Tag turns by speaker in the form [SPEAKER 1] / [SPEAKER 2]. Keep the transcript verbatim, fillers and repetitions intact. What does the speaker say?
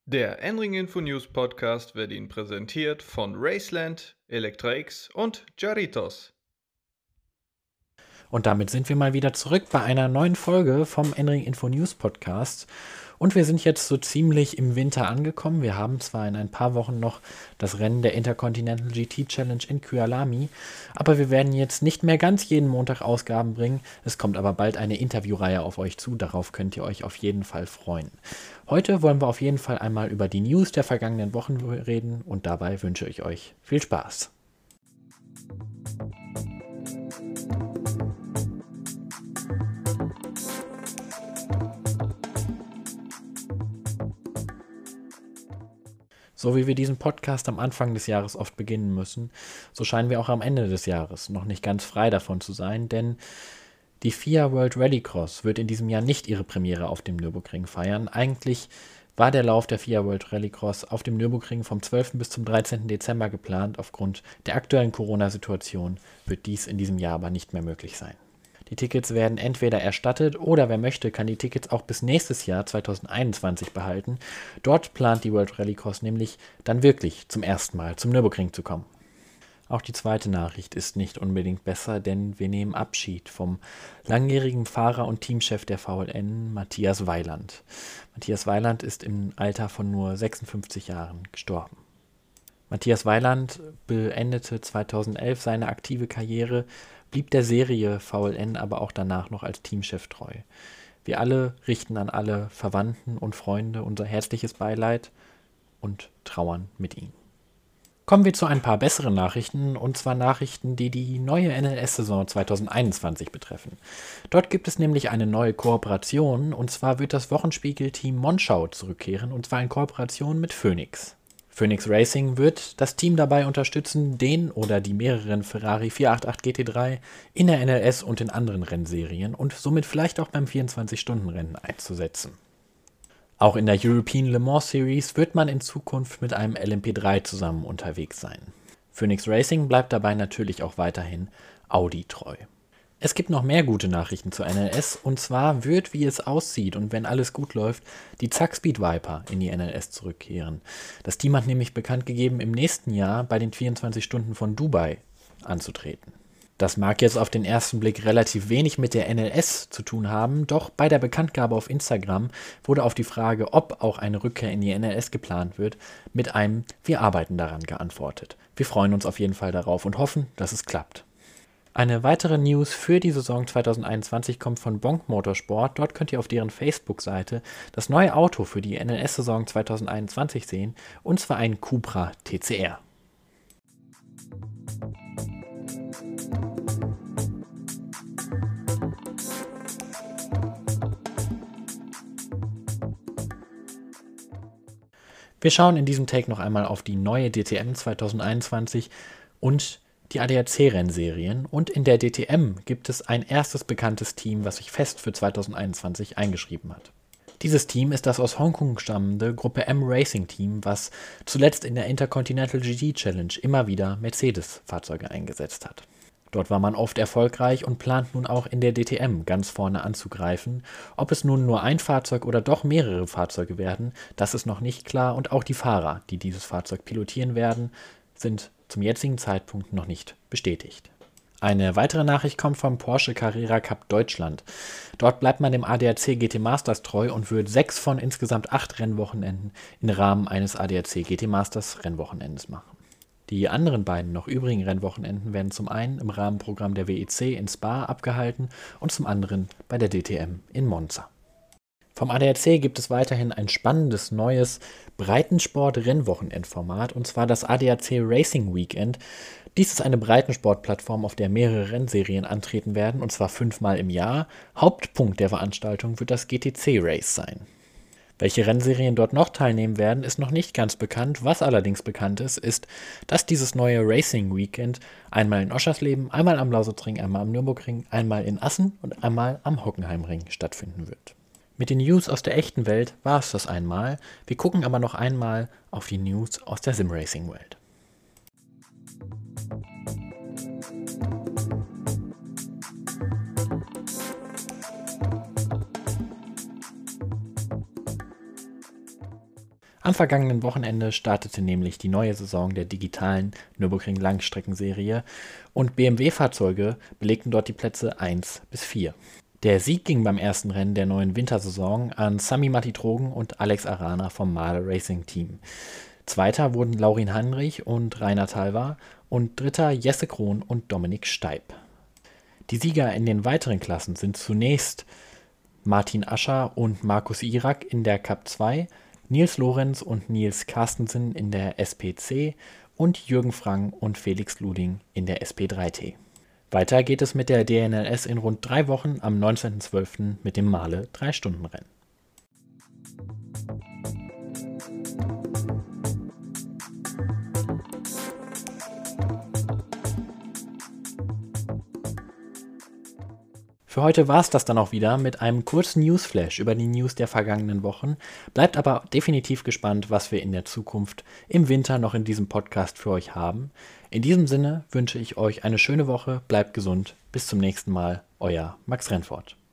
[SPEAKER 1] Der N-Ring Info News Podcast wird Ihnen präsentiert von Raceland, Elektra X und Jarritos.
[SPEAKER 2] Und damit sind wir mal wieder zurück bei einer neuen Folge vom N-Ring Info News Podcast. Und wir sind jetzt so ziemlich im Winter angekommen. Wir haben zwar in ein paar Wochen noch das Rennen der Intercontinental G T Challenge in Kyalami, aber wir werden jetzt nicht mehr ganz jeden Montag Ausgaben bringen. Es kommt aber bald eine Interviewreihe auf euch zu. Darauf könnt ihr euch auf jeden Fall freuen. Heute wollen wir auf jeden Fall einmal über die News der vergangenen Wochen reden und dabei wünsche ich euch viel Spaß. So wie wir diesen Podcast am Anfang des Jahres oft beginnen müssen, so scheinen wir auch am Ende des Jahres noch nicht ganz frei davon zu sein, denn die F I A World Rallycross wird in diesem Jahr nicht ihre Premiere auf dem Nürburgring feiern. Eigentlich war der Lauf der F I A World Rallycross auf dem Nürburgring vom zwölften bis zum dreizehnten Dezember geplant. Aufgrund der aktuellen Corona-Situation wird dies in diesem Jahr aber nicht mehr möglich sein. Die Tickets werden entweder erstattet oder wer möchte, kann die Tickets auch bis nächstes Jahr zwanzig einundzwanzig behalten. Dort plant die World Rallycross nämlich dann wirklich zum ersten Mal zum Nürburgring zu kommen. Auch die zweite Nachricht ist nicht unbedingt besser, denn wir nehmen Abschied vom langjährigen Fahrer und Teamchef der V L N, Matthias Weiland. Matthias Weiland ist im Alter von nur sechsundfünfzig Jahren gestorben. Matthias Weiland beendete zweitausendelf seine aktive Karriere, blieb der Serie V L N aber auch danach noch als Teamchef treu. Wir alle richten an alle Verwandten und Freunde unser herzliches Beileid und trauern mit ihnen. Kommen wir zu ein paar besseren Nachrichten, und zwar Nachrichten, die die neue N L S-Saison zwanzig einundzwanzig betreffen. Dort gibt es nämlich eine neue Kooperation, und zwar wird das Wochenspiegel-Team Monschau zurückkehren, und zwar in Kooperation mit Phoenix. Phoenix Racing wird das Team dabei unterstützen, den oder die mehreren Ferrari vierhundertachtzig G T drei in der N L S und in anderen Rennserien und somit vielleicht auch beim vierundzwanzig-Stunden-Rennen einzusetzen. Auch in der European Le Mans Series wird man in Zukunft mit einem L M P drei zusammen unterwegs sein. Phoenix Racing bleibt dabei natürlich auch weiterhin Audi treu. Es gibt noch mehr gute Nachrichten zur N L S, und zwar wird, wie es aussieht und wenn alles gut läuft, die Zack Speed Viper in die N L S zurückkehren. Das Team hat nämlich bekannt gegeben, im nächsten Jahr bei den vierundzwanzig Stunden von Dubai anzutreten. Das mag jetzt auf den ersten Blick relativ wenig mit der N L S zu tun haben, doch bei der Bekanntgabe auf Instagram wurde auf die Frage, ob auch eine Rückkehr in die N L S geplant wird, mit einem „Wir arbeiten daran" geantwortet. Wir freuen uns auf jeden Fall darauf und hoffen, dass es klappt. Eine weitere News für die Saison zwanzig einundzwanzig kommt von Bonk Motorsport. Dort könnt ihr auf deren Facebook-Seite das neue Auto für die N L S-Saison zwanzig einundzwanzig sehen, und zwar ein Cupra T C R. Wir schauen in diesem Take noch einmal auf die neue D T M zwanzig einundzwanzig und die A D A C-Rennserien, und in der D T M gibt es ein erstes bekanntes Team, was sich fest für zwanzig einundzwanzig eingeschrieben hat. Dieses Team ist das aus Hongkong stammende Gruppe M Racing Team, was zuletzt in der Intercontinental G T Challenge immer wieder Mercedes-Fahrzeuge eingesetzt hat. Dort war man oft erfolgreich und plant nun auch in der D T M ganz vorne anzugreifen. Ob es nun nur ein Fahrzeug oder doch mehrere Fahrzeuge werden, das ist noch nicht klar, und auch die Fahrer, die dieses Fahrzeug pilotieren werden, sind zum jetzigen Zeitpunkt noch nicht bestätigt. Eine weitere Nachricht kommt vom Porsche Carrera Cup Deutschland. Dort bleibt man dem A D A C G T Masters treu und wird sechs von insgesamt acht Rennwochenenden im Rahmen eines A D A C G T Masters Rennwochenendes machen. Die anderen beiden noch übrigen Rennwochenenden werden zum einen im Rahmenprogramm der W E C in Spa abgehalten und zum anderen bei der D T M in Monza. Vom A D A C gibt es weiterhin ein spannendes neues Breitensport-Rennwochenendformat, und zwar das A D A C Racing Weekend. Dies ist eine Breitensportplattform, auf der mehrere Rennserien antreten werden, und zwar fünfmal im Jahr. Hauptpunkt der Veranstaltung wird das G T C Race sein. Welche Rennserien dort noch teilnehmen werden, ist noch nicht ganz bekannt. Was allerdings bekannt ist, ist, dass dieses neue Racing Weekend einmal in Oschersleben, einmal am Lausitzring, einmal am Nürburgring, einmal in Assen und einmal am Hockenheimring stattfinden wird. Mit den News aus der echten Welt war es das einmal. Wir gucken aber noch einmal auf die News aus der Simracing-Welt. Am vergangenen Wochenende startete nämlich die neue Saison der digitalen Nürburgring-Langstreckenserie und B M W-Fahrzeuge belegten dort die Plätze eins bis vier. Der Sieg ging beim ersten Rennen der neuen Wintersaison an Sami Matitrogen und Alex Arana vom Mahle Racing Team. Zweiter wurden Laurin Heinrich und Rainer Talwar und dritter Jesse Krohn und Dominik Steib. Die Sieger in den weiteren Klassen sind zunächst Martin Ascher und Markus Irak in der Cup zwei, Nils Lorenz und Nils Carstensen in der S P C und Jürgen Frank und Felix Luding in der S P drei T. Weiter geht es mit der D N L S in rund drei Wochen am neunzehnten zwölften mit dem Mahle drei Stunden Rennen. Für heute war es das dann auch wieder mit einem kurzen Newsflash über die News der vergangenen Wochen. Bleibt aber definitiv gespannt, was wir in der Zukunft im Winter noch in diesem Podcast für euch haben. In diesem Sinne wünsche ich euch eine schöne Woche, bleibt gesund, bis zum nächsten Mal, euer Max Rennfort.